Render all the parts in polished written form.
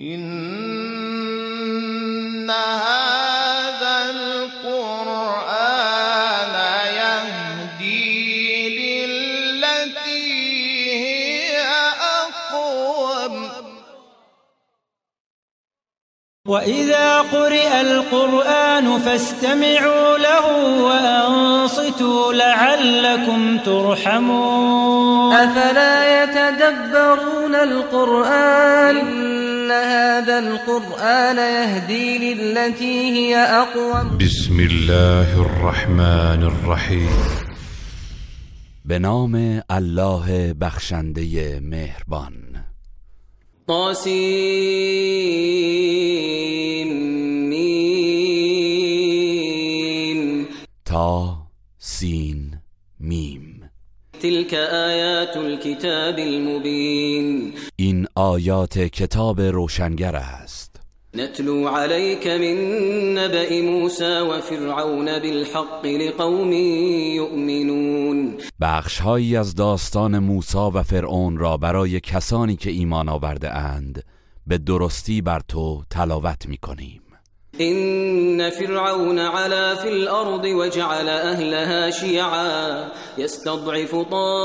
إن هذا القرآن يهدي للتي هي أقوم وإذا قرئ القرآن فاستمعوا له وأنصتوا لعلكم ترحمون أفلا يتدبرون القرآن إن هذا القرآن يهدي للتي هي أقوم بسم الله الرحمن الرحیم. به نام الله بخشنده مهربان. طاسیم تا سین میم. تلك آیات الكتاب المبین این آیات کتاب روشنگر است. نتلو عليك من نبأ موسى وفرعون بالحق لقوم يؤمنون بخش‌هایی از داستان موسی و فرعون را برای کسانی که ایمان آورده اند به درستی بر تو تلاوت می‌کنیم. إن فرعون علا في الأرض وجعل أهلها شيعا يستضعف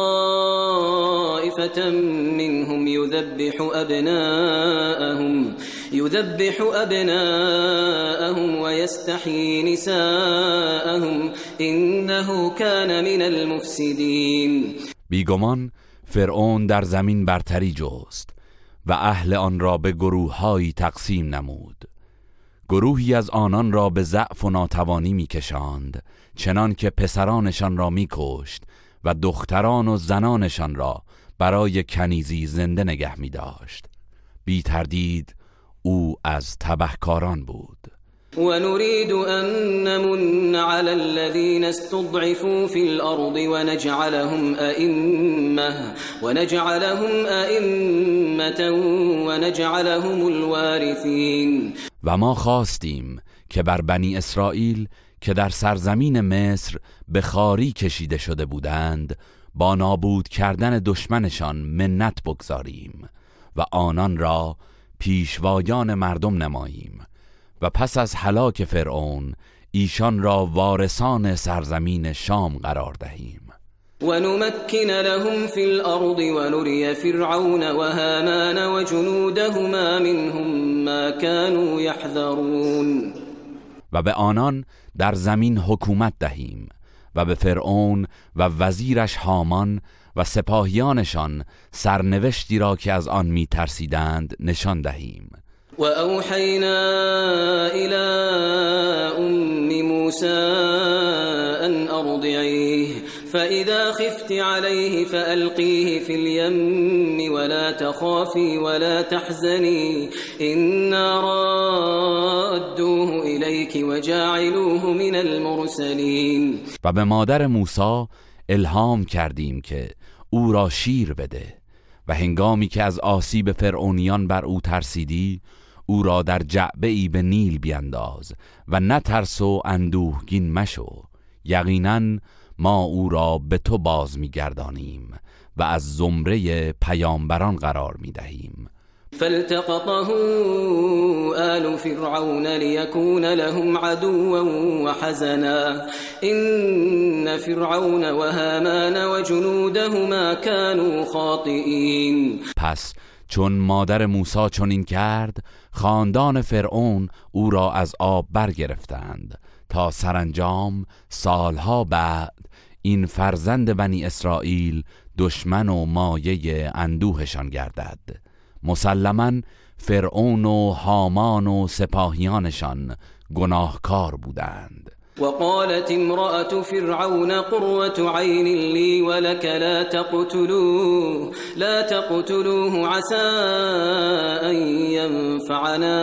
طائفة منهم يذبح أبناءهم ويستحيي نساءهم إنه كان من المفسدين. بیگمان فرعون در زمین برتری جست و اهل آن را به گروه‌هایی تقسیم نمود. گروهی از آنان را به ضعف و ناتوانی می‌کشاند، چنان که پسرانشان را می‌کشت و دختران و زنانشان را برای کنیزی زنده نگه می‌داشت. بی تردید او از تبهکاران بود. ونريد أن نمن على الذين استضعفوا في الأرض ونجعلهم أئمة ونجعلهم الوارثين. و ما خواستیم که بر بنی اسرائیل که در سرزمین مصر به خواری کشیده شده بودند با نابود کردن دشمنشان منت بگذاریم و آنان را پیشوایان مردم نماییم و پس از هلاک فرعون ایشان را وارثان سرزمین شام قرار دهیم. ونمكن لهم في الأرض ونري فرعون وهامان وجنودهما منهم ما كانوا يحذرون. و به آنان در زمین حکومت دهیم و به فرعون و وزیرش هامان و سپاهیانشان سرنوشتی را که از آن می ترسیدند نشان دهیم. و اوحینا الى ام موسی ان ارضعیه فاذا خفت عليه فالقيه في اليم ولا تخافي ولا تحزني إنا رادوه إليك وجاعلوه من المرسلين. و به مادر موسی الهام کردیم که او را شیر بده و هنگامی که از آسیب فرعونیان بر او ترسیدی او را در جعبه‌ای به نیل بینداز و نترس و اندوهگین مشو، یقینا ما او را به تو باز می‌گردانیم و از زمره پیامبران قرار می‌دهیم. فالتقطه آل فرعون ليكون لهم عدوا وحزنا إن فرعون وهامان وجنودهما كانوا خاطئين. پس چون مادر موسی چنین کرد خاندان فرعون او را از آب برگرفتند تا سرانجام سالها بعد این فرزند بنی اسرائیل دشمن و مایه اندوهشان گردد. مسلماً فرعون و هامان و سپاهیانشان گناهکار بودند. وقالت امرأة فرعون قرة عين لي ولك لا تقتلوه عسى أن ينفعنا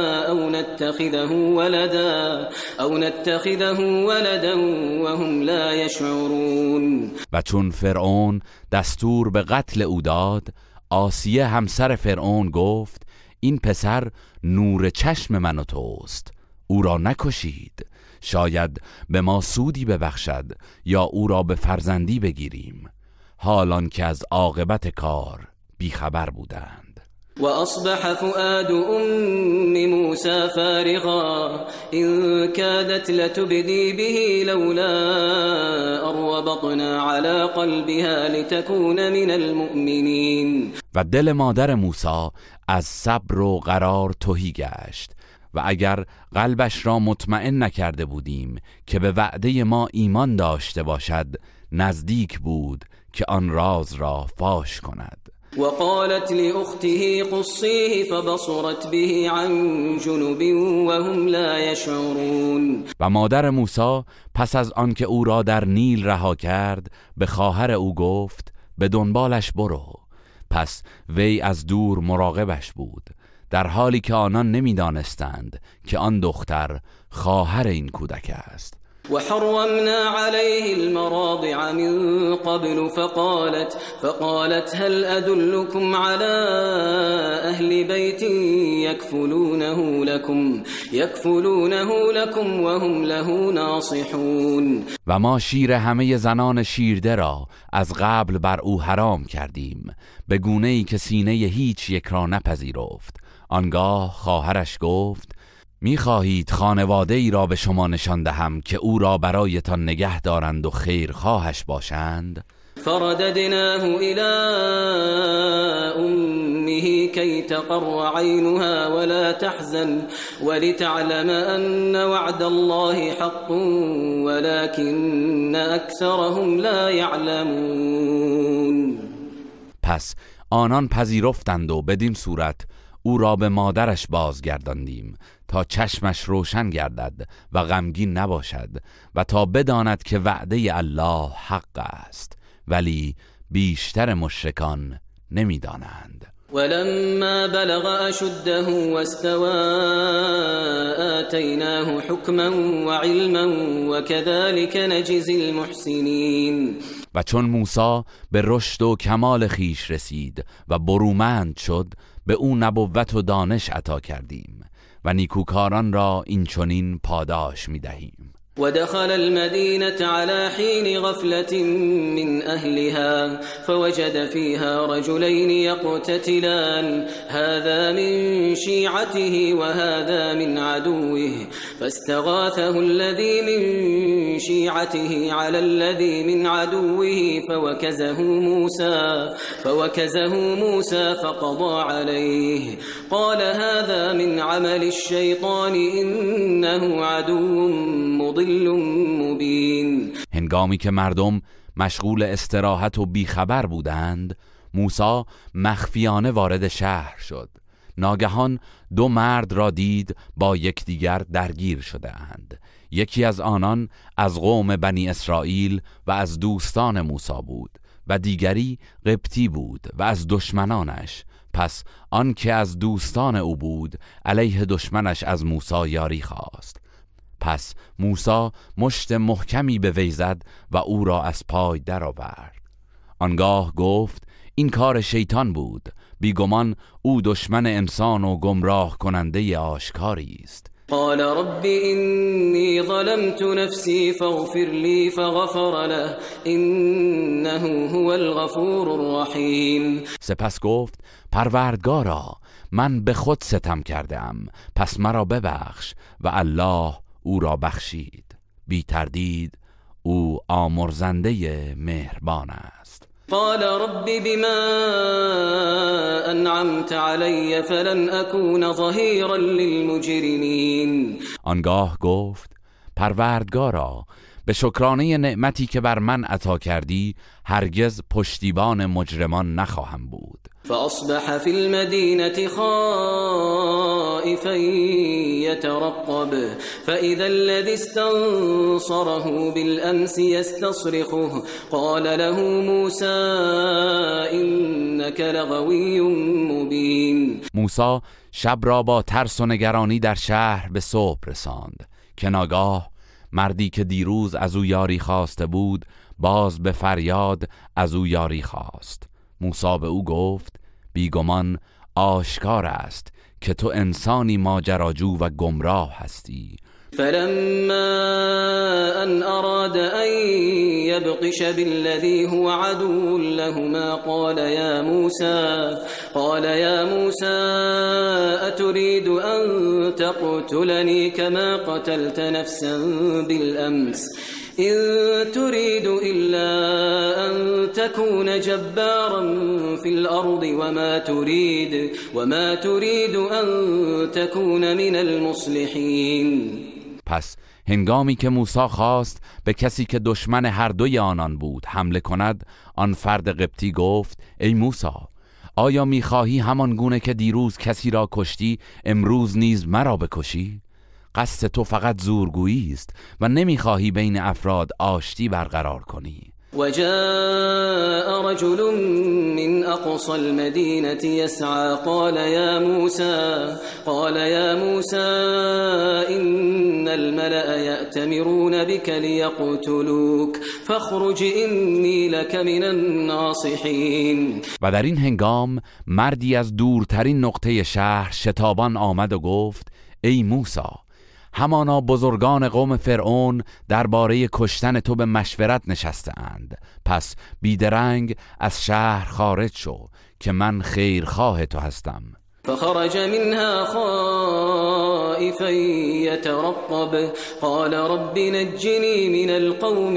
أو نتخذه ولدا وهم لا يشعرون. و چون فرعون دستور به قتل او داد، آسیه همسر فرعون گفت این پسر نور چشم من و توست، او را نکشید، شاید به ما سودی ببخشد یا او را به فرزندی بگیریم، حالان که از عاقبت کار بیخبر بودند. وأصبح فؤاد أم موسى فارغا إن كادت لتبدي به لولا أن ربطنا على قلبها لتكون من المؤمنين. و دل مادر موسی از صبر و قرار تهی گشت و اگر قلبش را مطمئن نکرده بودیم که به وعده ما ایمان داشته باشد نزدیک بود که آن راز را فاش کند. وقالت لأخته قصيه فبصرت به عن جنب وهم لا يشعرون. و مادر موسی پس از آنکه او را در نیل رها کرد به خواهر او گفت به دنبالش برو. پس وی از دور مراقبش بود در حالی که آنان نمیدانستند که آن دختر خواهر این کودک است. وحرمنا عليه المراضع من قبل فقالت هل أدلكم على أهل بيت يكفلونه لكم وهم له ناصحون. و ما شیر همه زنان شیرده را از قبل بر او حرام کردیم به گونه‌ای که سینه هیچ یک را نپذیرفت. آنگاه خواهرش گفت می‌خواهید خانواده ای را به شما نشان دهم که او را برایتان نگه دارند و خیرخواهش باشند؟ فرددناه إلى أمه كي تقر عينها ولا تحزن ولتعلم أن وعد الله حق ولكن أكثرهم لا يعلمون. پس آنان پذیرفتند و بدین صورت او را به مادرش بازگرداندیم تا چشمش روشن گردد و غمگین نباشد و تا بداند که وعده الله حق است، ولی بیشتر مشرکان نمیدانند. ولما بلغ أشده واستوى آتيناه حكما وعلما وكذلك نجزي المحسنين. و چون موسی به رشد و کمال خیش رسید و برومند شد به او نبوت و دانش عطا کردیم و نیکوکاران را این چنین پاداش می‌دهیم. ودخل المدينة على حين غفلة من أهلها فوجد فيها رجلين يقتتلان هذا من شيعته وهذا من عدوه فاستغاثه الذي من شيعته على الذي من عدوه فوكزه موسى فقضى عليه قال هذا من عمل الشيطان إنه عدو مضل مبین. هنگامی که مردم مشغول استراحت و بیخبر بودند موسی مخفیانه وارد شهر شد. ناگهان دو مرد را دید با یکدیگر درگیر شده اند. یکی از آنان از قوم بنی اسرائیل و از دوستان موسی بود و دیگری قبطی بود و از دشمنانش. پس آن که از دوستان او بود علیه دشمنش از موسی یاری خواست. پس موسی مشت محکمی به وی زد و او را از پای درآورد. آنگاه گفت این کار شیطان بود، بیگمان او دشمن انسان و گمراه کننده آشکاری است. قال رب إني ظلمت نفسي فاغفر لي فغفر له إنه هو الغفور الرحیم. سپس گفت پروردگارا من به خود ستم کردم پس مرا ببخش و الله او را بخشید. بی تردید او آمرزنده مهربان است. قال رب بما انعمت علی فلن اكون ظهیرا للمجرمین. آنگاه گفت پروردگارا به شکرانه نعمتی که بر من عطا کردی هرگز پشتیبان مجرمان نخواهم بود. فأصبح في المدينة خائفا يترقب فإذا الذي استنصره بالأمس يستصرخه قال له موسى إنك لغوي مبين. موسی شب را با ترس و نگرانی در شهر به صبح رساند که ناگاه مردی که دیروز از او یاری خواسته بود باز به فریاد از او یاری خواست. موسی به او گفت بیگمان آشکار است که تو انسانی ماجراجو و گمراه هستی. فلما ان اراد ان يبطش بالذي هو عدو لهما قال يا موسى أتريد أن تقتلني كما قتلت نفسا بالأمس إن تريد إلا أن تكون جبارا في الأرض وما تريد أن تكون من المصلحين. پس هنگامی که موسی خواست به کسی که دشمن هر دوی آنان بود حمله کند، آن فرد قبطی گفت ای موسی، آیا میخواهی همان گونه که دیروز کسی را کشتی امروز نیز مرا بکشی؟ قصد تو فقط زورگویی است و نمیخواهی بین افراد آشتی برقرار کنی. وجاء رجل من أقصى المدينة يسعى قال يا موسى إن الملأ يأتمرون بك ليقتلوك فاخرج إني لك من الناصحين. و در این هنگام مردی از دورترین نقطه شهر شتابان آمد و گفت ای موسی، همانا بزرگان قوم فرعون درباره کشتن تو به مشورت نشسته‌اند، پس بیدرنگ از شهر خارج شو که من خیرخواه تو هستم. فخرج منها خائفا يترقب قال رب نجني من القوم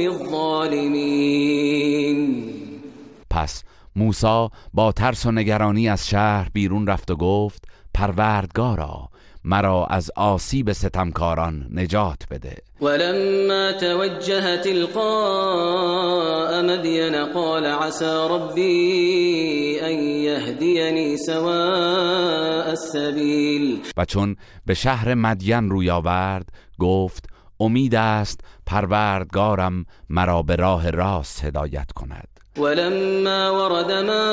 الظالمين. پس موسی با ترس و نگرانی از شهر بیرون رفت و گفت پروردگارا، مرا از آسیب ستمکاران نجات بده. ولما توجه تلقاء مدين قال عسى ربي أن يهديني سواء السبيل. و چون به شهر مدین روی آورد گفت امید است پروردگارم مرا به راه راست هدایت کند. ولما ورد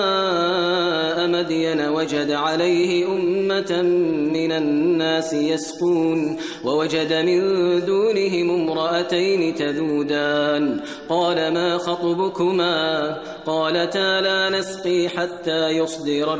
ماء مدين وجد عليه أمة من الناس يسقون ووجد من دونهم امرأتين تذودان قال ما خطبكما قالتا لا نسقي حتى يصدر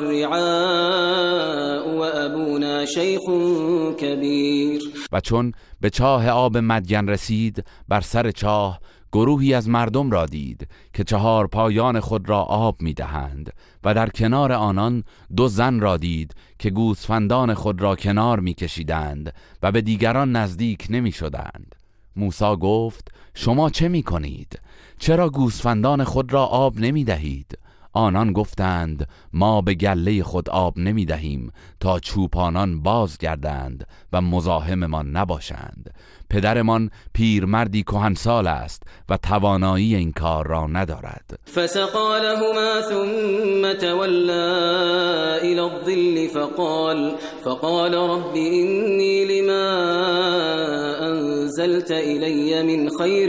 الرعاء وأبونا شيخ كبير. و چون به چاه آب مدین رسید، بر سر چاه گروهی از مردم را دید که 4 پایان خود را آب می‌دهند و در کنار آنان 2 زن را دید که گوسفندان خود را کنار می‌کشیدند و به دیگران نزدیک نمی‌شدند. موسی گفت شما چه می‌کنید؟ چرا گوسفندان خود را آب نمی‌دهید؟ آنان گفتند ما به گله خود آب نمی‌دهیم تا چوپانان بازگردند و مزاحممان نباشند. پدرمان پیرمردی کهنسال است و توانایی این کار را ندارد. فسقى لهما ثم تولى إلى الظل فقال رب إني لما أنزلت إلي من خير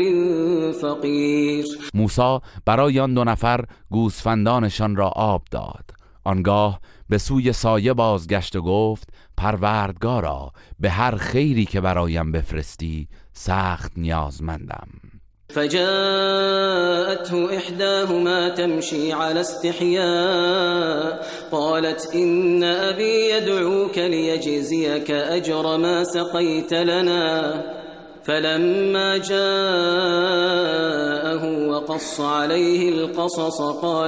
فقير. موسی برای آن 2 نفر گوسفندانشان را آب داد. آنگاه به سوی سایه بازگشت و گفت پروردگارا، به هر خیری که برایم بفرستی سخت نیازمندم. فجاءته إحداهما تمشي على استحياء قالت إن أبي يدعوك ليجزيك أجر ما سقيت لنا فلما جاءه وقص عليه القصص قال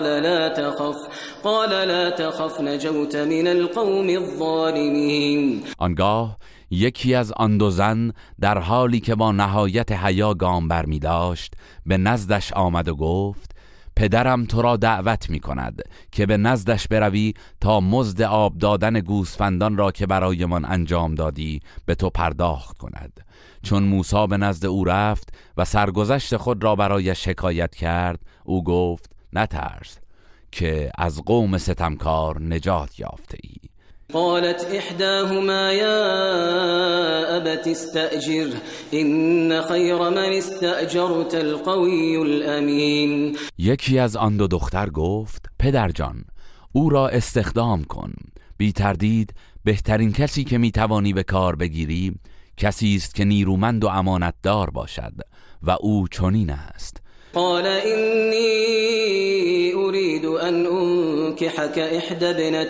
لا تخف نجوت من القوم الظالمين. آنگاه یکی از آن 2 زن در حالی که با نهایت حیا گام برمی داشت به نزدش آمد و گفت پدرم تو را دعوت می کند که به نزدش بروی تا مزد آب دادن گوسفندان را که برایمان انجام دادی به تو پرداخت کند. چون موسی به نزد او رفت و سرگذشت خود را برایش شکایت کرد، او گفت نترس که از قوم ستمکار نجات یافته ای. قالت إحداهما يا أبت استأجر إن خير من استأجرت القوي الأمين. یکی از آن 2 دختر گفت پدر جان، او را استخدام کن، بی تردید بهترین کسی که میتوانی به کار بگیری کسی است که نیرومند و امانتدار باشد و او چنین است. قال إني أريد أن أنكحك إحدى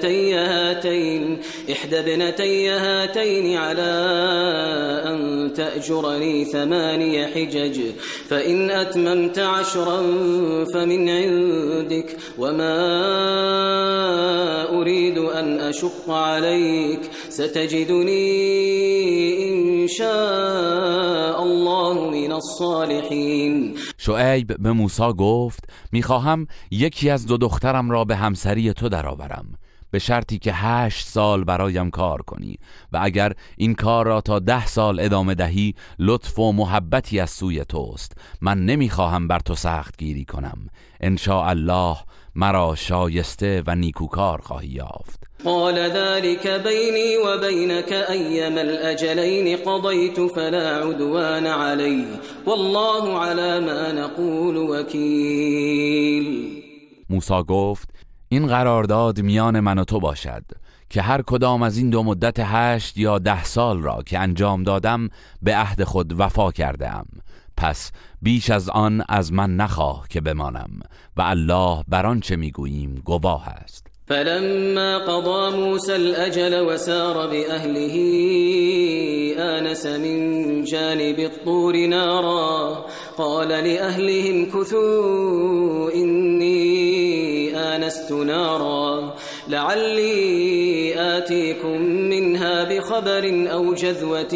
ابنتي هاتين على أن تأجرني 8 حجج فإن أتممت 10 فمن عندك وما أريد أن أشق عليك ستجدني إن شاء الله من الصالحين. شعیب به موسی گفت میخواهم یکی از 2 دخترم را به همسری تو درآورم به شرطی که 8 سال برایم کار کنی و اگر این کار را تا 10 سال ادامه دهی لطف و محبتی از سوی توست. من نمیخواهم بر تو سخت گیری کنم. ان شاء الله مرا شایسته و نیکوکار خواهی یافت. قال ذلك بيني وبينك أيما الأجلين قضيت فلا عدوان علي والله على ما نقول وكيل. موسی گفت این قرارداد میان من و تو باشد که هر کدام از این 2 مدت 8 یا 10 سال را که انجام دادم به عهد خود وفا کردم. پس بیش از آن از من نخواه که بمانم و الله بر آنچه میگوییم گواه است. فلما قضى موسى الأجل وسار بأهله آنس من جانب الطور نارا قال لأهلهم كثوا إني آنست نارا لعلي آتيكم منها بخبر أو جذوة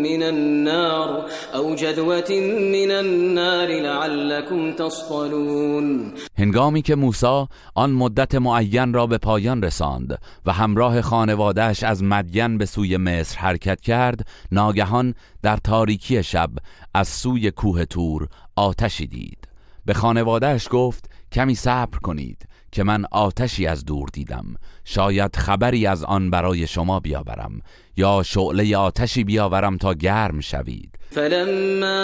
من النار لعلكم تصطلون. هنگامی که موسی آن مدت معین را به پایان رساند و همراه خانواده‌اش از مدین به سوی مصر حرکت کرد، ناگهان در تاریکی شب از سوی کوه طور آتشی دید. به خانواده‌اش گفت کمی صبر کنید که من آتشی از دور دیدم، شاید خبری از آن برای شما بیاورم یا شعله آتشی بیاورم تا گرم شوید. فلما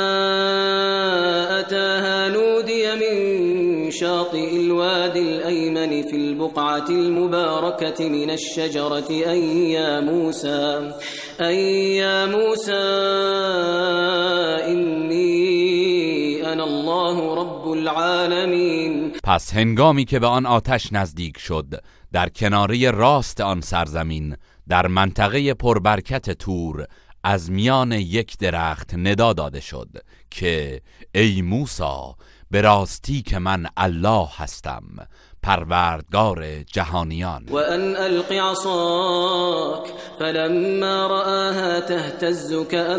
أتاها نودي من شاطئ الوادي الأيمن في البقعة المباركة من الشجرة أي يا موسى إني أنا الله رب العالمين. پس هنگامی که به آن آتش نزدیک شد، در کناره راست آن سرزمین در منطقه پربرکت تور از میان یک درخت ندا داده شد که ای موسی به راستی که من الله هستم، پروردگار جهانیان. و ان الق عصاک فلما رآها تهتز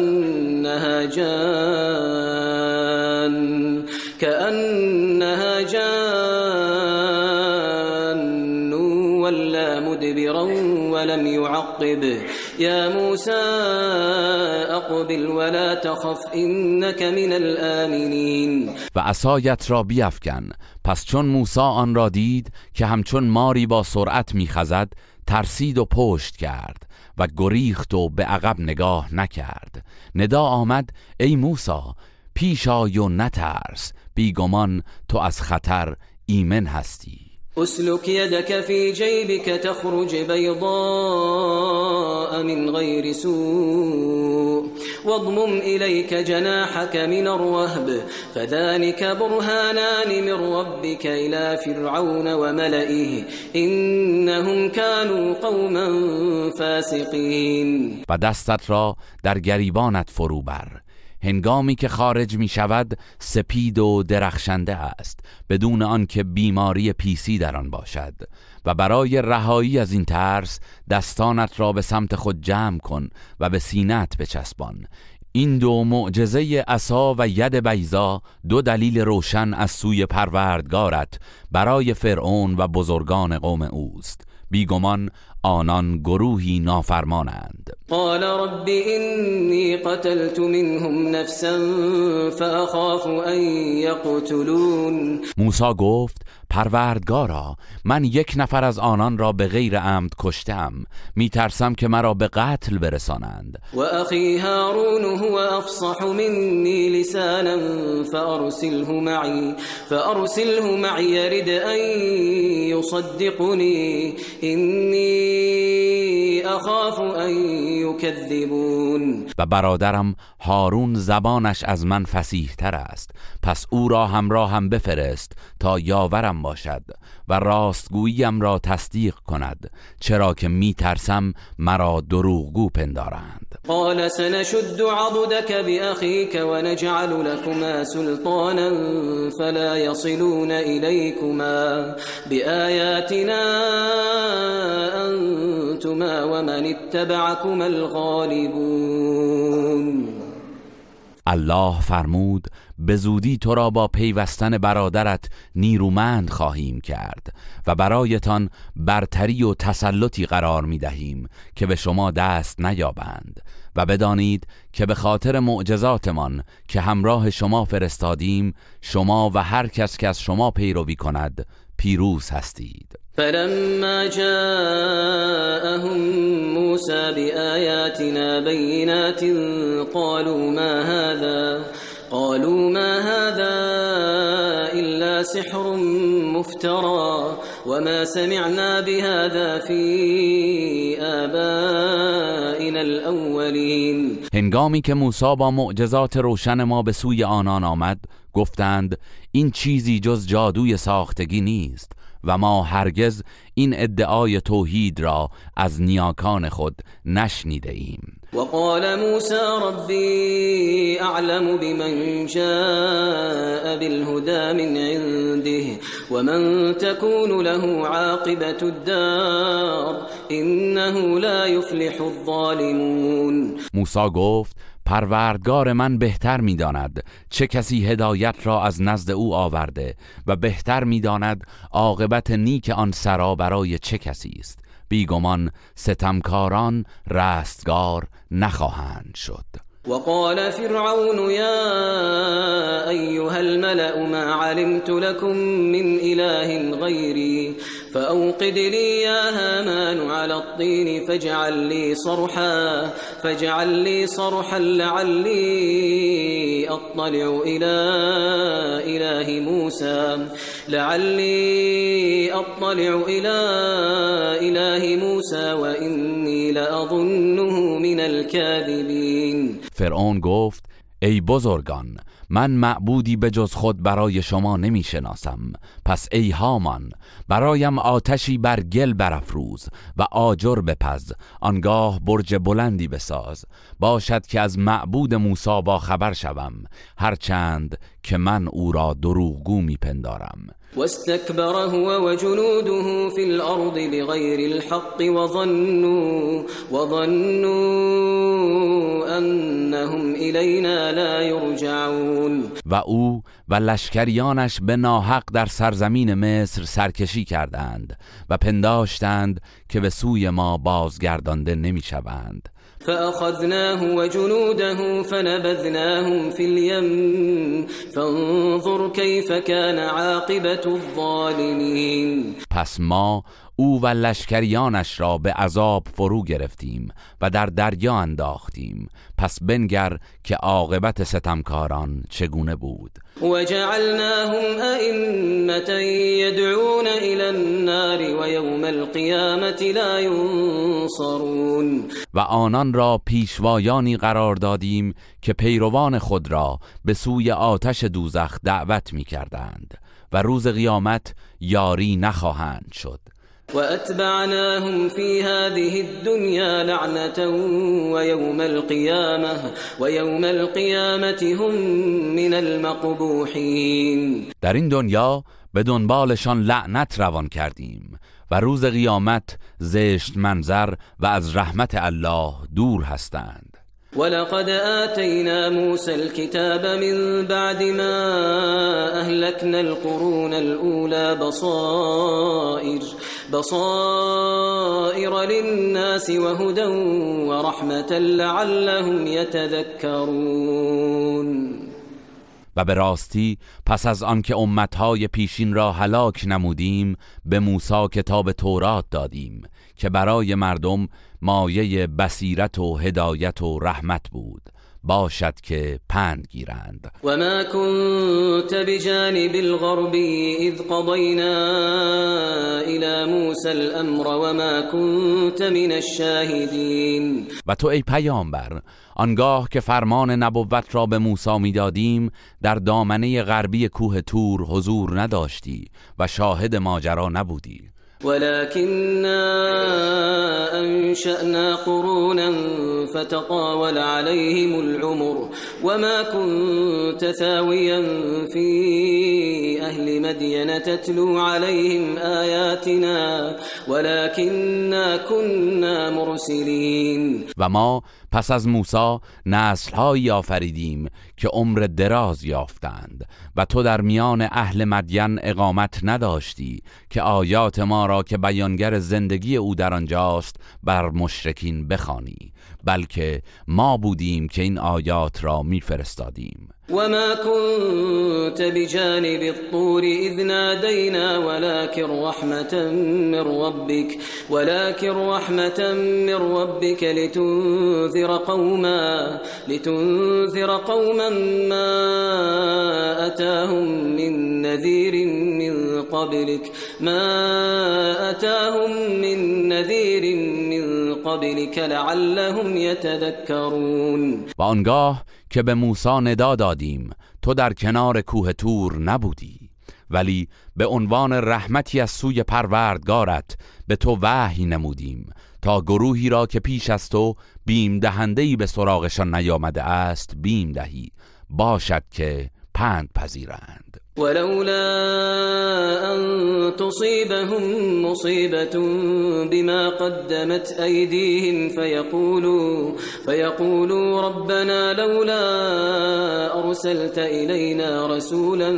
كأنها جان ولا مدبرا ولم يعقب يا موسى اقبل ولا تخف انك من الآمنين. و عصایت را بیفکن. پس چون موسی آن را دید که همچون ماری با سرعت میخزد، ترسید و پشت کرد و گریخت و به عقب نگاه نکرد. ندا آمد ای موسی پیش آی و نترس، بیگمان تو از خطر ایمن هستی. اسلك يدك في جيبك تخرج بيضاء من غير سوء واضمم إليك جناحك من الرهب فذلك برهانان من ربك إلى فرعون وملئه إنهم كانوا قوما فاسقين. و دستت را در گریبانت فرو بر. هنگامی که خارج می شود سپید و درخشنده است، بدون آنکه بیماری پیسی در آن باشد. و برای رهایی از این ترس دستانت را به سمت خود جمع کن و به سینه‌ات بچسبان. این 2 معجزه عصا و ید بیضا 2 دلیل روشن از سوی پروردگارت برای فرعون و بزرگان قوم اوست. بیگمان آنان گروهی نافرمانند. قال رب إني قتلت منهم نفسا فأخاف أن يقتلون. موسی گفت پروردگارا من 1 نفر از آنان را به غیر عمد کشتم، میترسم که مرا به قتل برسانند. و اخی هارون هو افصح مني لسانا فارسله معي يرد ان يصدقني إني اخاف ان یکذبون. و برادرم هارون زبانش از من فصیح تر است، پس او را همراه هم بفرست تا یاورم پیرویم باشد و راستگوییم را تصدیق کند، چرا که میترسم مرا دروغگو پندارند. قال سنشد عضدك بأخيك ونجعل لكما سلطانا فلا يصلون إليكما بآياتنا أنتما ومن اتبعكما الغالبون. الله فرمود به زودی تو را با پیوستن برادرت نیرومند خواهیم کرد و برایتان برتری و تسلطی قرار می دهیم که به شما دست نیابند و بدانید که به خاطر معجزاتمان که همراه شما فرستادیم شما و هر کس که از شما پیروی کند پیروز هستید. فلما جاءهم موسى بآياتنا بينات قالوا ما هذا إلا سحر مفترى وما سمعنا بهذا في آبائنا الأولين. هنگامی که موسی با معجزات روشن ما به سوی آنان آمد گفتند این چیزی جز جادوی ساختگی نیست و ما هرگز این ادعای توحید را از نیاکان خود نشنیده ایم. وقال موسى ربي أعلم بمن جاء بالهدى من عنده ومن تكون له عاقبة الدار إنه لا يفلح الظالمون. موسی گفت پروردگار من بهتر می‌داند چه کسی هدایت را از نزد او آورده و بهتر می‌داند عاقبت نیک آن سرا برای چه کسی است. بیگمان ستمکاران رستگار نخواهند شد. وقال فرعون يا أيها الملأ ما علمت لكم من إله غيري فأوقد لي يا هامان على الطين فاجعل لي صرحا لعلي أطلع إلى إله موسى وإني لأظنه من الكاذبين. فرعون گفت ای بزرگان من معبودی به جز خود برای شما نمی شناسم، پس ای هامان برایم آتشی بر گل برافروز و آجر بپز، آنگاه برج بلندی بساز، باشد که از معبود موسی با خبر شوم، هرچند که من او را دروغگو می پندارم. واستكبر هو وجنوده في الأرض بغير الحق وظنوا أنهم إلينا لا يرجعون. و او و لشکریانش به ناحق در سرزمین مصر سرکشی کردند و پنداشتند که به سوی ما بازگردانده نمی شوند. فأخذناه وجنوده فنبذناهم في اليم فانظر كيف كان عاقبة الظالمين. پس ما او و لشکریانش را به عذاب فرو گرفتیم و در دریا انداختیم، پس بنگر که عاقبت ستمکاران چگونه بود. وجعلناهم أئمة يدعون إلى النار ويوم القيامة لا ينصرون. و آنان را پیشوایانی قرار دادیم که پیروان خود را به سوی آتش دوزخ دعوت می کردند و روز قیامت یاری نخواهند شد. وأتبعناهم في هذه الدنيا لعنة ويوم القيامة هم من المقبوحين. در این دنیا به دنبالشان لعنت روان کردیم و روز قیامت زشت منظر و از رحمت الله دور هستند. ولقد آتينا موسى الكتاب من بعد ما أهلكنا القرون الأولى بصائر للناس وهدى ورحمة لعلهم يتذكرون. و به راستی پس از آنکه امتهای پیشین را هلاک نمودیم به موسی کتاب تورات دادیم که برای مردم مایه بصیرت و هدایت و رحمت بود، باشد که پند گیرند. و ما كنت بجانب الغربی اذ قضینا الى موسی الامر و ما كنت من الشاهدین. و تو ای پیامبر آنگاه که فرمان نبوت را به موسی میدادیم در دامنه غربی کوه طور حضور نداشتی و شاهد ماجرا نبودی. ولكننا أنشأنا قرونا فتطاول عليهم العمر وما كنت ثاويا في أهل مدين تتلو عليهم آياتنا ولكننا كنا مرسلين. و ما پس از موسی نسل‌هایی آفریدیم که عمر دراز یافتند و تو در میان اهل مدین اقامت نداشتی که آیات ما را که بیانگر زندگی او در آنجاست بر مشرکین بخوانی، بلکه ما بودیم که این آیات را میفرستادیم. وما كنت بجانب الطور إذ نادينا ولكن رحمة من ربك لتنذر قوما ما أتاهم من نذير من قبلك لعلهم يتذكرون. و آنگاه که به موسی ندا دادیم تو در کنار کوه طور نبودی، ولی به عنوان رحمتی از سوی پروردگارت به تو وحی نمودیم تا گروهی را که پیش از تو بیم دهنده‌ای به سراغشان نیامده است بیم دهی، باشد که پند پذیرند. ولولا أن تصيبهم مصيبة بما قدمت أيديهم فيقولوا ربنا لولا أرسلت إلينا رسولا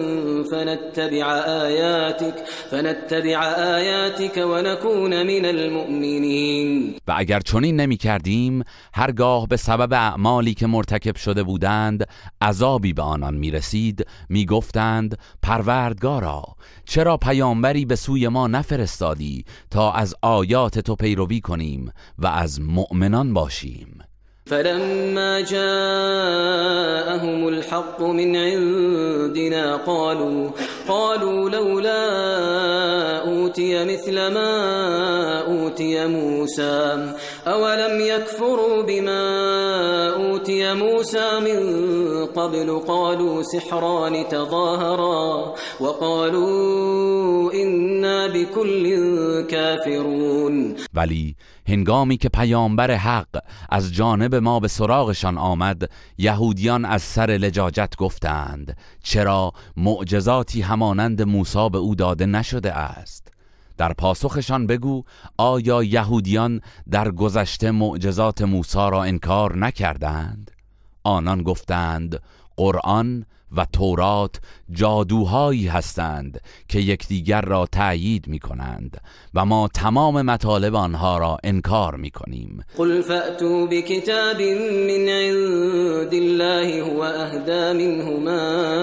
فنتبع آياتك ونكون من المؤمنين. و اگر چنین نمی کردیم هرگاه به سبب اعمالی که مرتکب شده بودند عذابی به آنان می رسید می گفتند پروردگارا چرا پیامبری به سوی ما نفرستادی تا از آیات تو پیروی کنیم و از مؤمنان باشیم. فلما جاءهم الحق من عندنا قالوا لولا أوتي مثل ما أوتي موسى أولم يكفروا بما أوتي موسى من قبل قالوا سحران تظاهرا وقالوا إنا بكل كافرون. ولی هنگامی که پیامبر حق از جانب ما به سراغشان آمد یهودیان از سر لجاجت گفتند چرا معجزاتی همانند موسی به او داده نشده است؟ در پاسخشان بگو آیا یهودیان در گذشته معجزات موسی را انکار نکردند؟ آنان گفتند قرآن و تورات جادوهایی هستند که یکدیگر را تأیید می کنند و ما تمام مطالب آنها را انکار می کنیم. قل فأتوا بكتاب من عند الله هو أهدى منه ما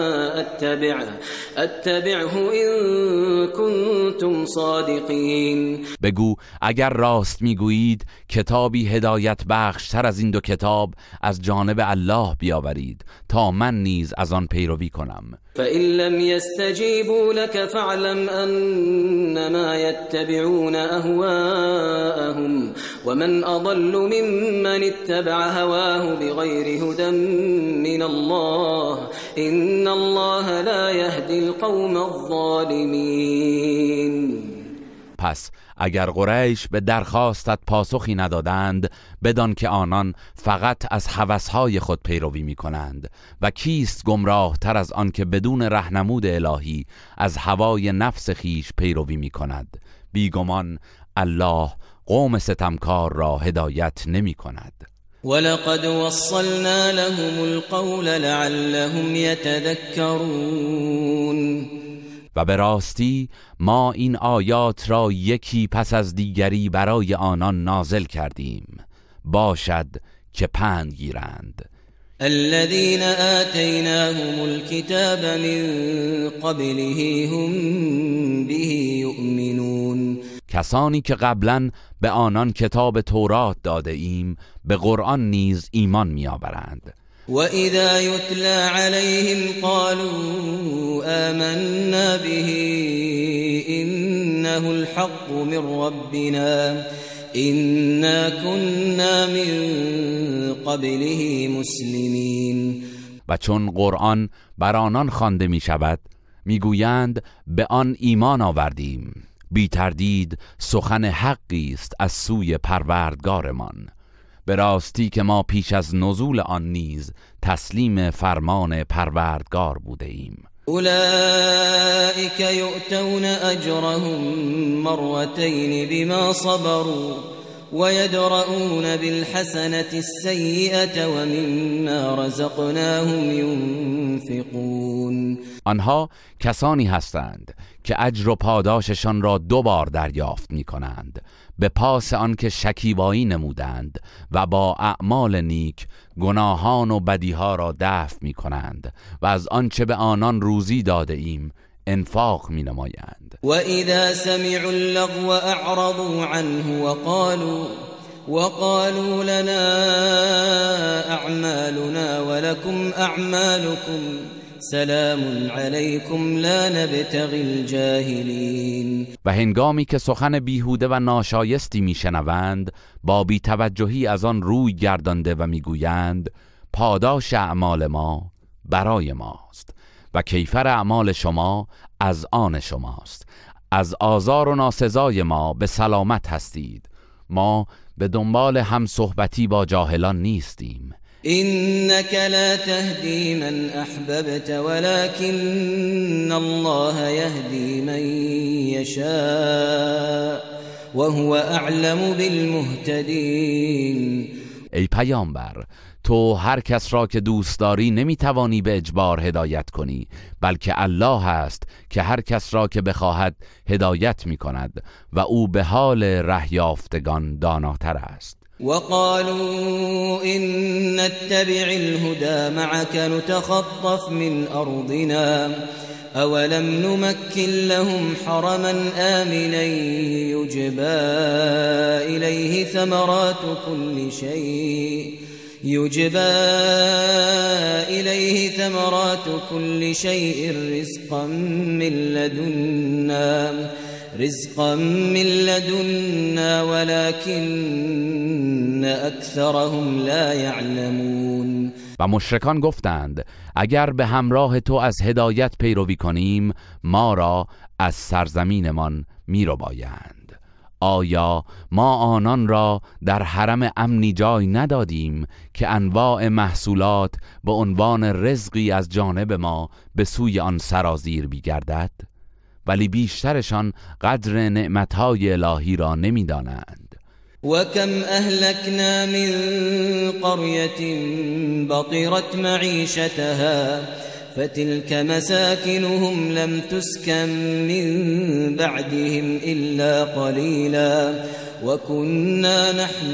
اتبعه إن كنتم صادقین. بگو اگر راست میگویید کتابی هدایت بخشتر از این دو کتاب از جانب الله بیاورید تا من نیز از آن پیروی کنم. فإن لم يستجيبوا لك فاعلم أنما يتبعون أهواءهم ومن أضل ممن اتبع هواه بغير هدى من الله إن الله لا يهدي القوم الظالمين. پس اگر قریش به درخواستت پاسخی ندادند بدان که آنان فقط از هوسهای خود پیروی می کنند و کیست گمراه تر از آن که بدون رهنمود الهی از هوای نفس خیش پیروی می کند. بیگمان الله قوم ستمکار را هدایت نمی کند. ولقد وصلنا لهم القول لعلهم يتذكرون. و به راستی ما این آیات را یکی پس از دیگری برای آنان نازل کردیم باشد که پند گیرند. الذين آتيناهم الكتاب من قبله هم به يؤمنون. کسانی که قبلا به آنان کتاب تورات داده ایم به قرآن نیز ایمان می‌آورند. وَإِذَا يُتْلَى عَلَيْهِمْ قَالُوا آمَنَّا بِهِ إِنَّهُ الْحَقُّ مِنْ رَبِّنَا إِنَّا كُنَّا مِنْ قَبْلِهِ مُسْلِمِينَ. و چون قرآن بر آنان خوانده می شود میگویند به آن ایمان آوردیم، بی تردید سخن حقی است از سوی پروردگارمان، به راستی که ما پیش از نزول آن نیز تسلیم فرمان پروردگار بوده ایم. اولئک یؤتون اجرهم مرتين بما صبروا ويدرؤون بالحسنة السيئة ومما رزقناهم ينفقون. آنها کسانی هستند که اجر و پاداششان را 2 بار دریافت می کنند، به پاس آنکه شکیبایی نمودند و با اعمال نیک گناهان و بدیها را دفع می کنند و از آنچه به آنان روزی داده ایم انفاق می نمایند. و اذا سمعوا اللغو اعرضوا عنه وقالوا لنا اعمالنا ولكم اعمالكم سلام علیکم لا نبتغی الجاهلین. و هنگامی که سخن بیهوده و ناشایستی میشنوند با بی‌توجهی از آن روی گردانده و میگویند پاداش اعمال ما برای ماست و کیفر اعمال شما از آن شماست، از آزار و ناسزای ما به سلامت هستید، ما به دنبال هم صحبتی با جاهلان نیستیم. إنك لا تهدي من أحببت ولكن الله يهدي من يشاء وهو أعلم بالمهتدين. ای پیامبر، تو هر کس را که دوست داری نمیتوانی به اجبار هدایت کنی، بلکه الله است که هر کس را که بخواهد هدایت میکند و او به حال ره یافتگان داناتر است. وقالوا إن نتبع الهدى معك نتخطف من أرضنا أولم نمكن لهم حرما آمنا يجبى إليه ثمرات كل شيء رزقا من لدنا ولكن اکثرهم لا يعلمون. و مشرکان گفتند اگر به همراه تو از هدایت پیروی کنیم ما را از سرزمینمان میربایند. آیا ما آنان را در حرم امنی جای ندادیم که انواع محصولات به عنوان رزقی از جانب ما به سوی آن سرازیر بیگردد؟ ولی بیشترشان قدر نعمتهای الهی را نمیدانند. و کم اهلکنا من قرية بطرت معیشتها فتلك مساکنهم لم تسکن من بعدهم الا قلیلا وكنا نحن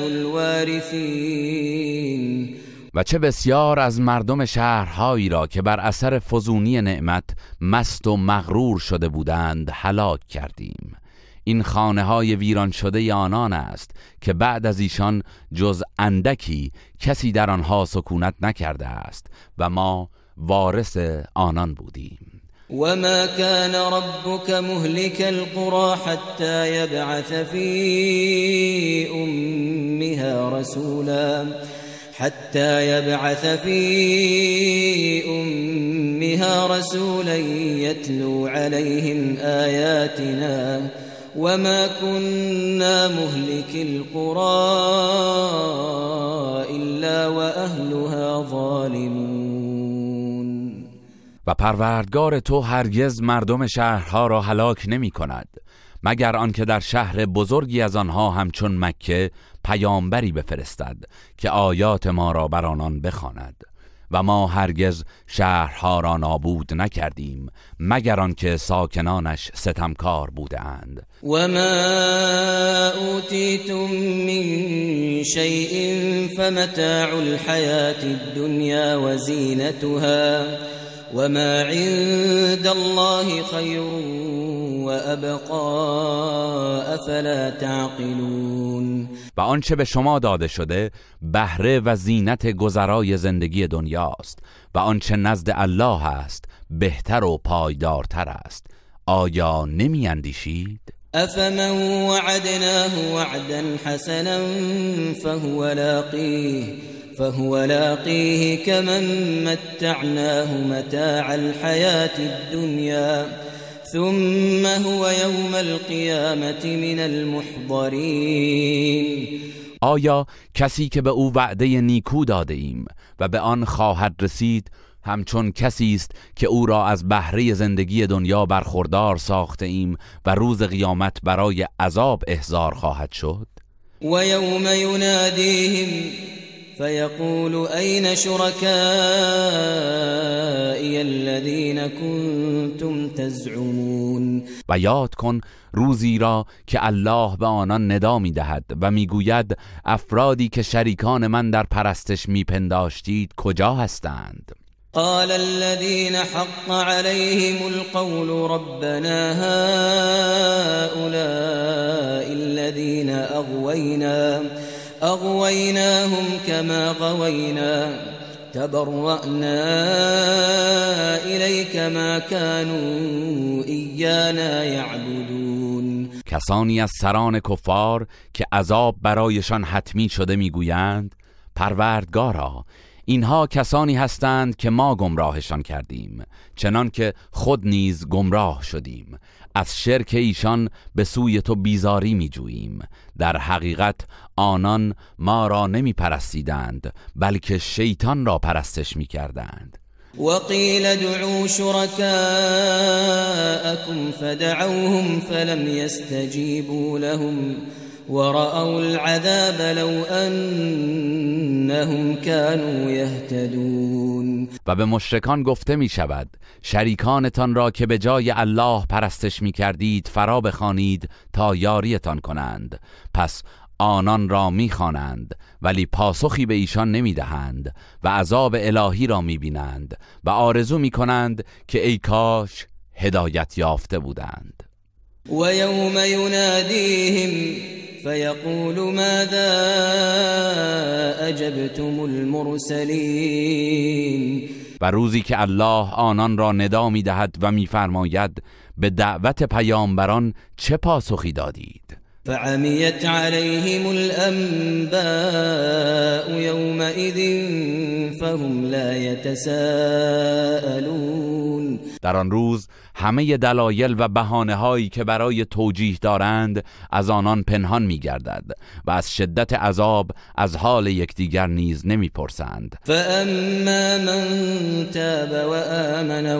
الوارثین. و چه بسیار از مردم شهرهایی را که بر اثر فزونی نعمت مست و مغرور شده بودند هلاک کردیم. این خانه‌های ویران شده آنان است که بعد از ایشان جز اندکی کسی در آنها سکونت نکرده است و ما وارث آنان بودیم. وما كان ربك مهلك القرى حتى يبعث في أمها رسولا يتلو عليهم آياتنا وما كنا مهلك القرى إلا وأهلها ظالمون. و پروردگار تو هرگز مردم شهرها را هلاک نمی کند مگر آنکه در شهر بزرگی از آنها همچون مکه پیامبری بفرستد که آیات ما را بر آنان بخواند و ما هرگز شهرها را نابود نکردیم مگر آنکه ساکنانش ستمکار بودند. و ما اوتیتم من شیء فمتاع الحیاة الدنیا وزینتها وما عند الله خير وابقى افلا تعقلون. و آنچه به شما داده شده بهره و زینت گذرای زندگی دنیاست و آنچه نزد الله است بهتر و پایدارتر است. آیا نمی اندیشید؟ افمن وعدناه وعدا حسنا فهو لاقيه كمن متعناه متاع الحياة الدنيا ثم هو يوم القيامة من المحضرين. آیا کسی که به او وعده نیکو داده ایم و به آن خواهد رسید همچون کسی است که او را از بهره زندگی دنیا برخوردار ساخته ایم و روز قیامت برای عذاب احضار خواهد شد؟ و یوم ینادیهم فیقول این شرکائی الذین کنتم تزعمون. و یاد کن روزی را که الله به آنان ندا می دهد و می گوید افرادی که شریکان من در پرستش می پنداشتید کجا هستند؟ قال الذين حق عليهم القول ربنا هؤلاء الذين أغويناهم كما غوينا تبرأنا إليك ما كانوا إيانا يعبدون. کسانی از سران کفار که عذاب برایشان حتمی شده میگویند پروردگارا اینها کسانی هستند که ما گمراهشان کردیم چنان که خود نیز گمراه شدیم. از شرک ایشان به سوی تو بیزاری می جوییم. در حقیقت آنان ما را نمی پرستیدند بلکه شیطان را پرستش می کردند. وقيل ادعوا شركاءكم فدعوهم فلم يستجيبوا لهم ورأوا العذاب لو أنهم كانوا يهتدون. و به مشرکان گفته می شود شریکانتان را که به جای الله پرستش می کردید فرا بخوانید تا یاریتان کنند. پس آنان را می خوانند ولی پاسخی به ایشان نمی دهند و عذاب الهی را می بینند و آرزو می کنند که ای کاش هدایت یافته بودند. و یوم ینادیهم فیقول ماذا اجبتم المرسلین. و روزی که الله آنان را ندا می دهد و می فرماید به دعوت پیامبران چه پاسخی دادید؟ فعمیت علیهم الانباء یومئذ فهم لا یتساءلون. در آن روز همه دلایل و بهانه هایی که برای توجیه دارند از آنان پنهان می گردد و از شدت عذاب از حال یکدیگر نیز نمی پرسند. فاما من تاب و آمن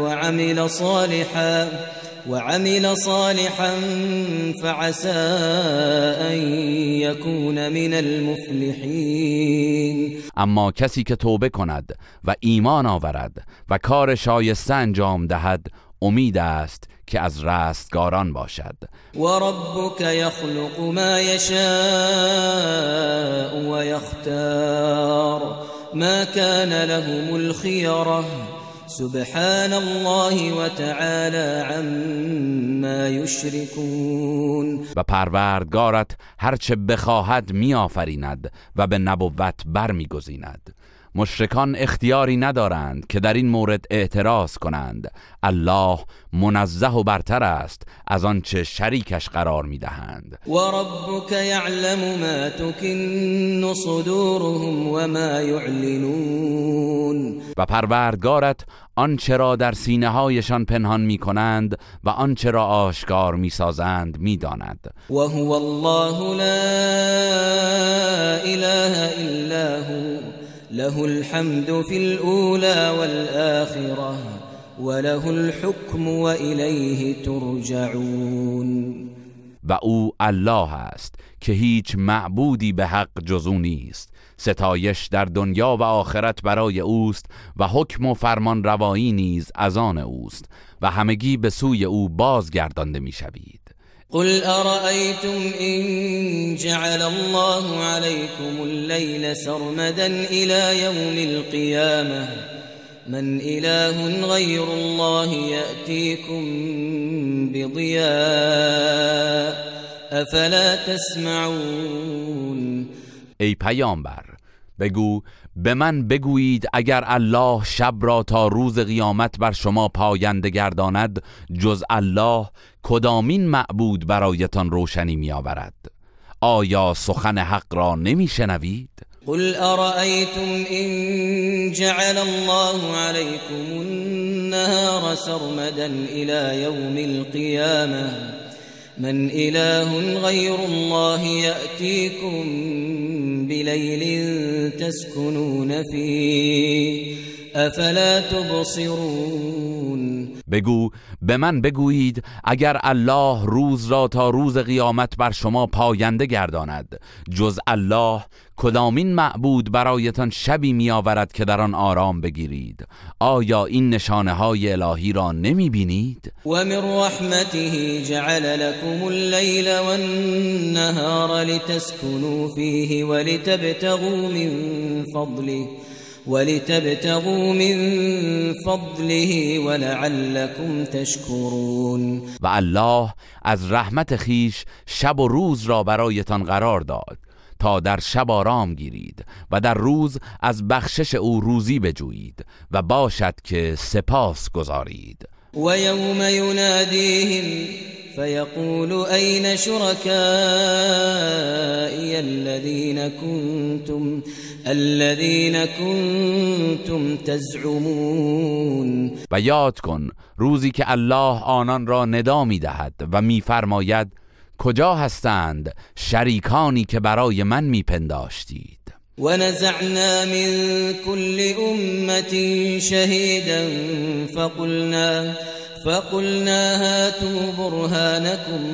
وعمل صالحا فعسى أن يكون من المفلحين. اما کسی که توبه کند و ایمان آورد و کار شایسته انجام دهد امید است که از رستگاران باشد. و ربک یخلق ما یشاء و یختار ما کان لهم الخیره سبحان الله و تعالی عما یشرکون. و پروردگارت هرچه بخواهد می آفریند و به نبوت بر می گزیند. مشرکان اختیاری ندارند که در این مورد اعتراض کنند. الله منزه و برتر است از آنچه شریکش قرار می دهند. و ربک یعلم ما تکن صدورهم و ما یعلنون. و پروردگارت آنچه را در سینه هایشان پنهان می کنند و آنچه را آشکار می سازند می داند. و هو الله لا اله الا هو له الحمد في الأولى والآخرة وله الحكم وإليه ترجعون. و او الله است که هیچ معبودی به حق جز او نیست. ستایش در دنیا و آخرت برای اوست و حکم و فرمان روایی نیز از آن اوست و همگی به سوی او بازگردانده می شوید. قل أرأيتم إن جعل الله عليكم الليل سرمدا إلى يوم القيامة من إله غير الله يأتيكم بضياء افلا تسمعون. ای پیامبر بگو به من بگویید اگر الله شب را تا روز قیامت بر شما پاینده گرداند جز الله کدامین معبود برایتان روشنی می آورد؟ آیا سخن حق را نمی شنوید؟ قل أرأيتم إن جعل الله عليكم النهار سرمدا إلى يوم القيامة من إله غير الله يأتيكم بليل تسكنون فيه افلا تبصرون. بگو به من بگویید اگر الله روز را تا روز قیامت بر شما پاینده گرداند جز الله کدامین معبود برایتان شبی می آورد که در آن آرام بگیرید؟ آیا این نشانه های الهی را نمی بینید؟ و من رحمته جعل لكم الليل والنهار لتسكنوا فيه ولتبتغوا من فضله ولعلكم تشكرون. و الله از رحمت خیش شب و روز را برایتان قرار داد تا در شب آرام گیرید و در روز از بخشش او روزی بجویید و باشد که سپاس گذارید. و یوم ینادیهم فیقول این شرکائی الذین کنتم تزعمون. و یاد کن روزی که الله آنان را ندا می دهد و می فرماید کجا هستند شریکانی که برای من می پنداشتید؟ و نزعنا من كل امة شهیدا فقلنا هاتوا برهانكم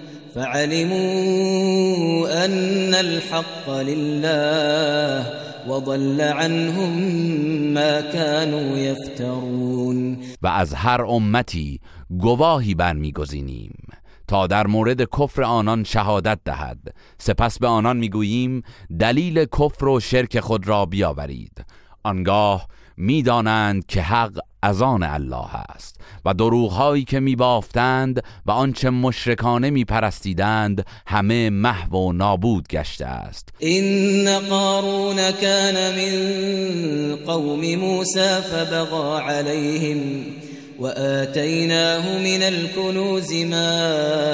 فعلموا ان الحق لله وضل عنهم ما كانوا يفترون. و از هر امتی گواهی برمیگزینیم تا در مورد کفر آنان شهادت دهد، سپس به آنان میگوییم دلیل کفر و شرک خود را بیاورید. آنگاه میدانند که حق از آن الله است و دروغ‌هایی که می‌بافتند و آنچه مشرکانه می‌پرستیدند همه محو و نابود گشته است. این قارون کان من قوم موسی فبغى عليهم وآتيناه من الكنوز ما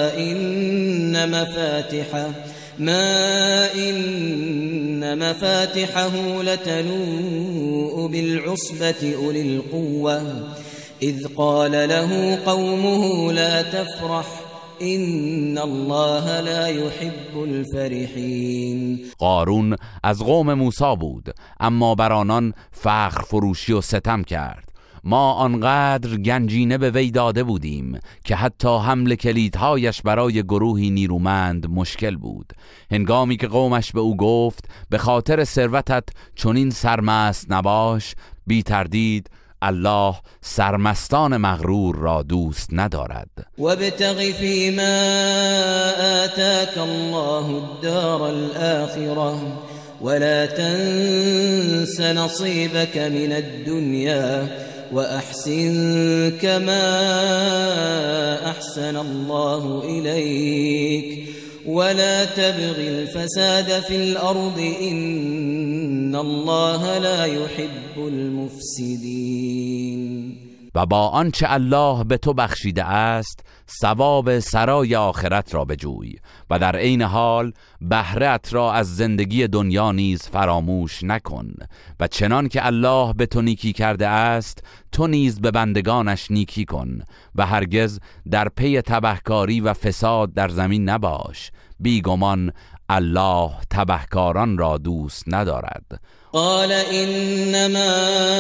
إن مفاتحه لتنوء بالعصبة أولي القوة إذ قال له قومه لا تفرح إن الله لا يحب الفرحين. قارون از قوم موسی بود اما بر آنان فخر فروشی و ستم کرد. ما آنقدر گنجینه به وی داده بودیم که حتی حمل کلیدهایش برای گروهی نیرومند مشکل بود. هنگامی که قومش به او گفت به خاطر ثروتت چنین سرمست نباش، بی تردید الله سرمستان مغرور را دوست ندارد. وابتغ فيما آتاك الله الدار الآخرة ولا تنس نصيبك من الدنيا وأحسن كما أحسن الله إليك ولا تبغ الفساد في الأرض إن الله لا يحب المفسدين. و با آنچه الله به تو بخشیده است ثواب سرای آخرت را بجوی و در عین حال بهره‌ات را از زندگی دنیا نیز فراموش نکن و چنان که الله به تو نیکی کرده است تو نیز به بندگانش نیکی کن و هرگز در پی تبهکاری و فساد در زمین نباش. بیگمان الله تبهکاران را دوست ندارد. قال انما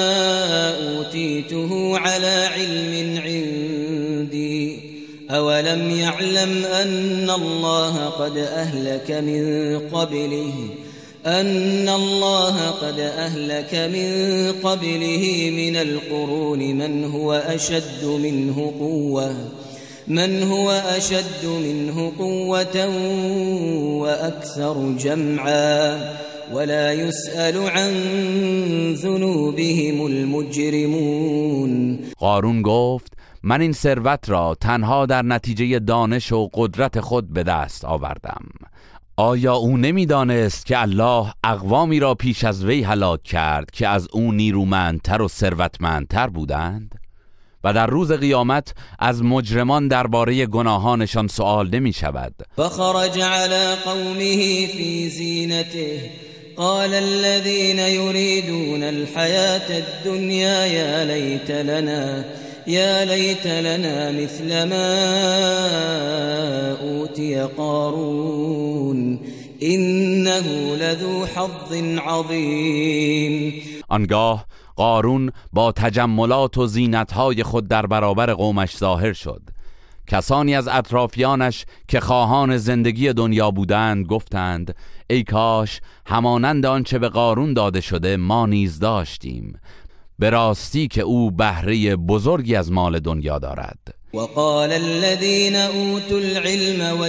اوتیته على علم عندي اولم يعلم ان الله قد اهلك من قبله من القرون من هو أشد منه قوة وأكثر جمعا ولا يسأل عن ذنوبهم المجرمون. قارون گفت من این ثروت را تنها در نتیجه دانش و قدرت خود به دست آوردم. آیا او نمیدانست که الله اقوامی را پیش از وی هلاک کرد که از او نیرومندتر و ثروتمندتر بودند؟ و در روز قیامت از مجرمان درباره گناهانشان سؤال نمی شود. فخرج على قومه في زینته قال الذين يريدون الحياة الدنيا يا ليت لنا مثل ما أوتي قارون إنه لذو حظ عظيم. آنگاه قارون با تجملات و زینتهای خود در برابر قومش ظاهر شد. کسانی از اطرافیانش که خواهان زندگی دنیا بودند گفتند ای کاش همانند آنچه به قارون داده شده ما نیز داشتیم. به راستی که او بهره بزرگی از مال دنیا دارد. وقال الذين اوتوا العلم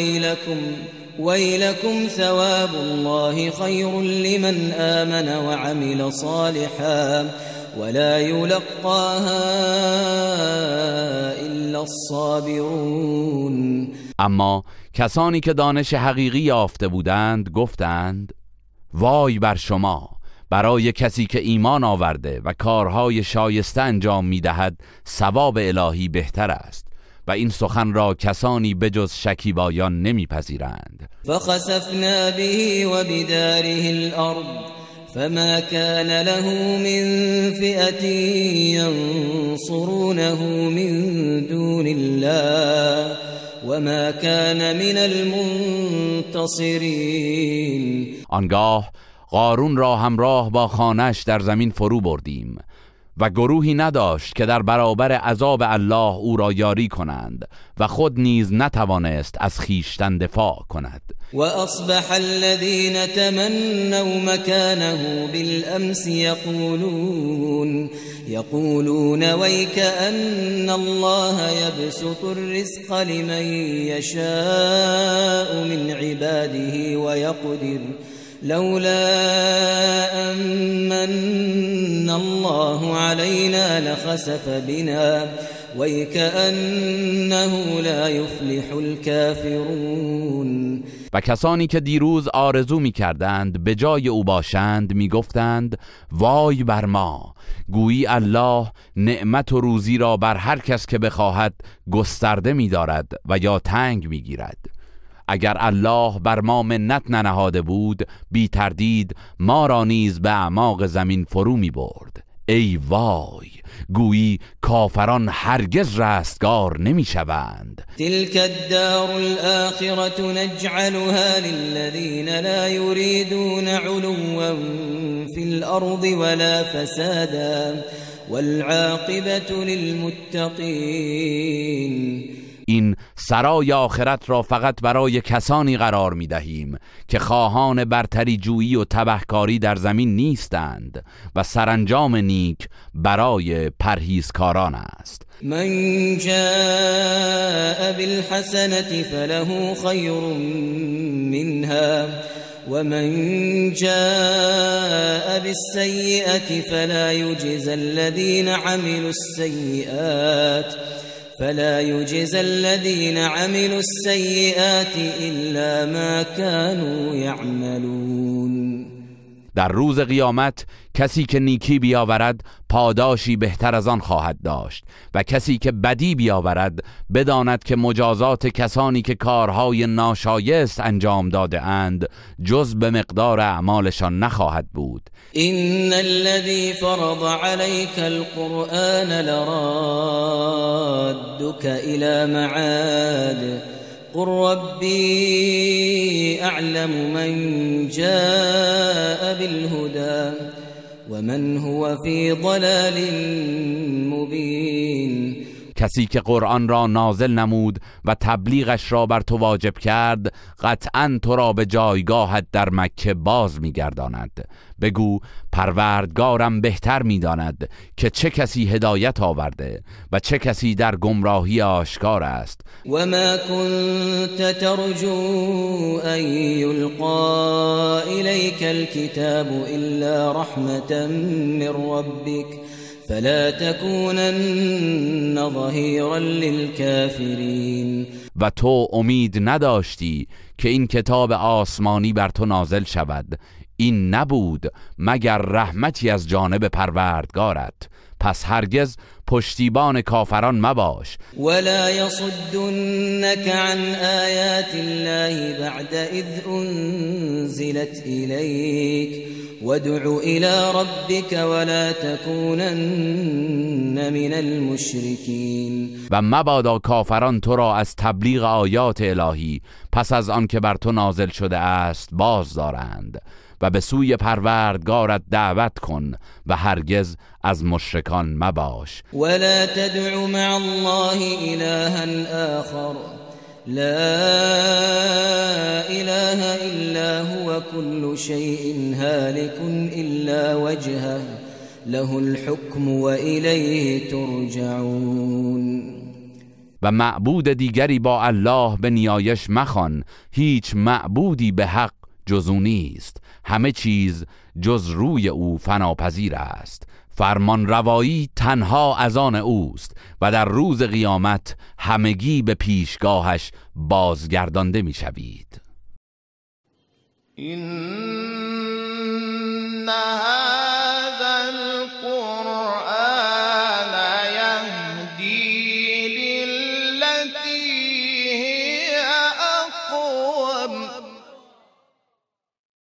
ويلكم ثواب الله خير لمن آمن وعمل صالحا ولا يلقاها الا الصابرون. اما کسانی که دانش حقیقی یافته بودند گفتند وای بر شما، برای کسی که ایمان آورده و کارهای شایسته انجام می‌دهد ثواب الهی بهتر است و این سخن را کسانی بجز شکیبایان نمیپذیرند. فخسفنا به و بداره الارض فما كان له من فئة ينصرونه من دون الله وما كان من المنتصرین. آنگاه قارون را همراه با خانه‌اش در زمین فرو بردیم و گروهی نداشت که در برابر عذاب الله او را یاری کنند و خود نیز نتوانست از خویشتن دفاع کند. و اصبح الذين تمنوا مكانه بالامس يقولون ويكأن الله يبسط الرزق لمن يشاء من عباده ويقدر لولا أمن الله علينا لخسف بنا ويكأنه لا يفلح الكافرون. و کسانی که دیروز آرزو می کردند به جای او باشند می گفتند وای بر ما، گویی الله نعمت و روزی را بر هر کس که بخواهد گسترده می دارد و یا تنگ می گیرد. اگر الله بر ما منت ننهاده بود بی تردید ما را نیز به اعماق زمین فرو می برد. ای وای، گویی کافران هرگز رستگار نمی شوند. تلك الدار الآخرة نجعلها للذین لا يريدون علوا في الأرض ولا فسادا والعاقبة للمتقین. این سرای آخرت را فقط برای کسانی قرار می دهیم که خواهان برتری جویی و تبهکاری در زمین نیستند و سرانجام نیک برای پرهیزکاران است. من جاء بالحسنة فله خیر منها ومن جاء بالسيئة فلا يجزى الذين عملوا السيئات إلا ما كانوا يعملون. در روز قیامت کسی که نیکی بیاورد پاداشی بهتر از آن خواهد داشت و کسی که بدی بیاورد بداند که مجازات کسانی که کارهای ناشایست انجام داده اند جز به مقدار اعمالشان نخواهد بود. إن الذي فرض عليك القرآن لرادك إلى معاد قل ربي أعلم من جاء بالهدى ومن هو في ضلال مبين. کسی که قرآن را نازل نمود و تبلیغش را بر تو واجب کرد قطعاً تو را به جایگاهت در مکه باز می‌گرداند. بگو پروردگارم بهتر می‌داند که چه کسی هدایت آورده و چه کسی در گمراهی آشکار است. وما كنت ترجو ان يلقى اليك الكتاب الا رحمة من ربك فلا تكونن ظهيرا للكافرين. و تو امید نداشتی که این کتاب آسمانی بر تو نازل شود، این نبود مگر رحمتی از جانب پروردگارت، پس هرگز پشتیبان کافران مباش. ولا يصدنك عن آیات الله بعد اذ انزلت إليك وادع إلى ربك ولا تكونن من المشركين. و مبادا کافران تو را از تبلیغ آیات الهی پس از آن که بر تو نازل شده است باز دارند و به سوی پروردگارت دعوت کن و هرگز از مشرکان مباش. ولا تدع مع الله إلها آخر لا إله إلا هو كل شيء هالك إلا وجهه له الحكم وإليه ترجعون. و معبود دیگری با الله به نیایش مخوان، هیچ معبودی به حق جز او نیست، همه چیز جز روی او فناپذیر است، فرمان روایی تنها از آن اوست و در روز قیامت همگی به پیشگاهش بازگردانده می شوید. إنها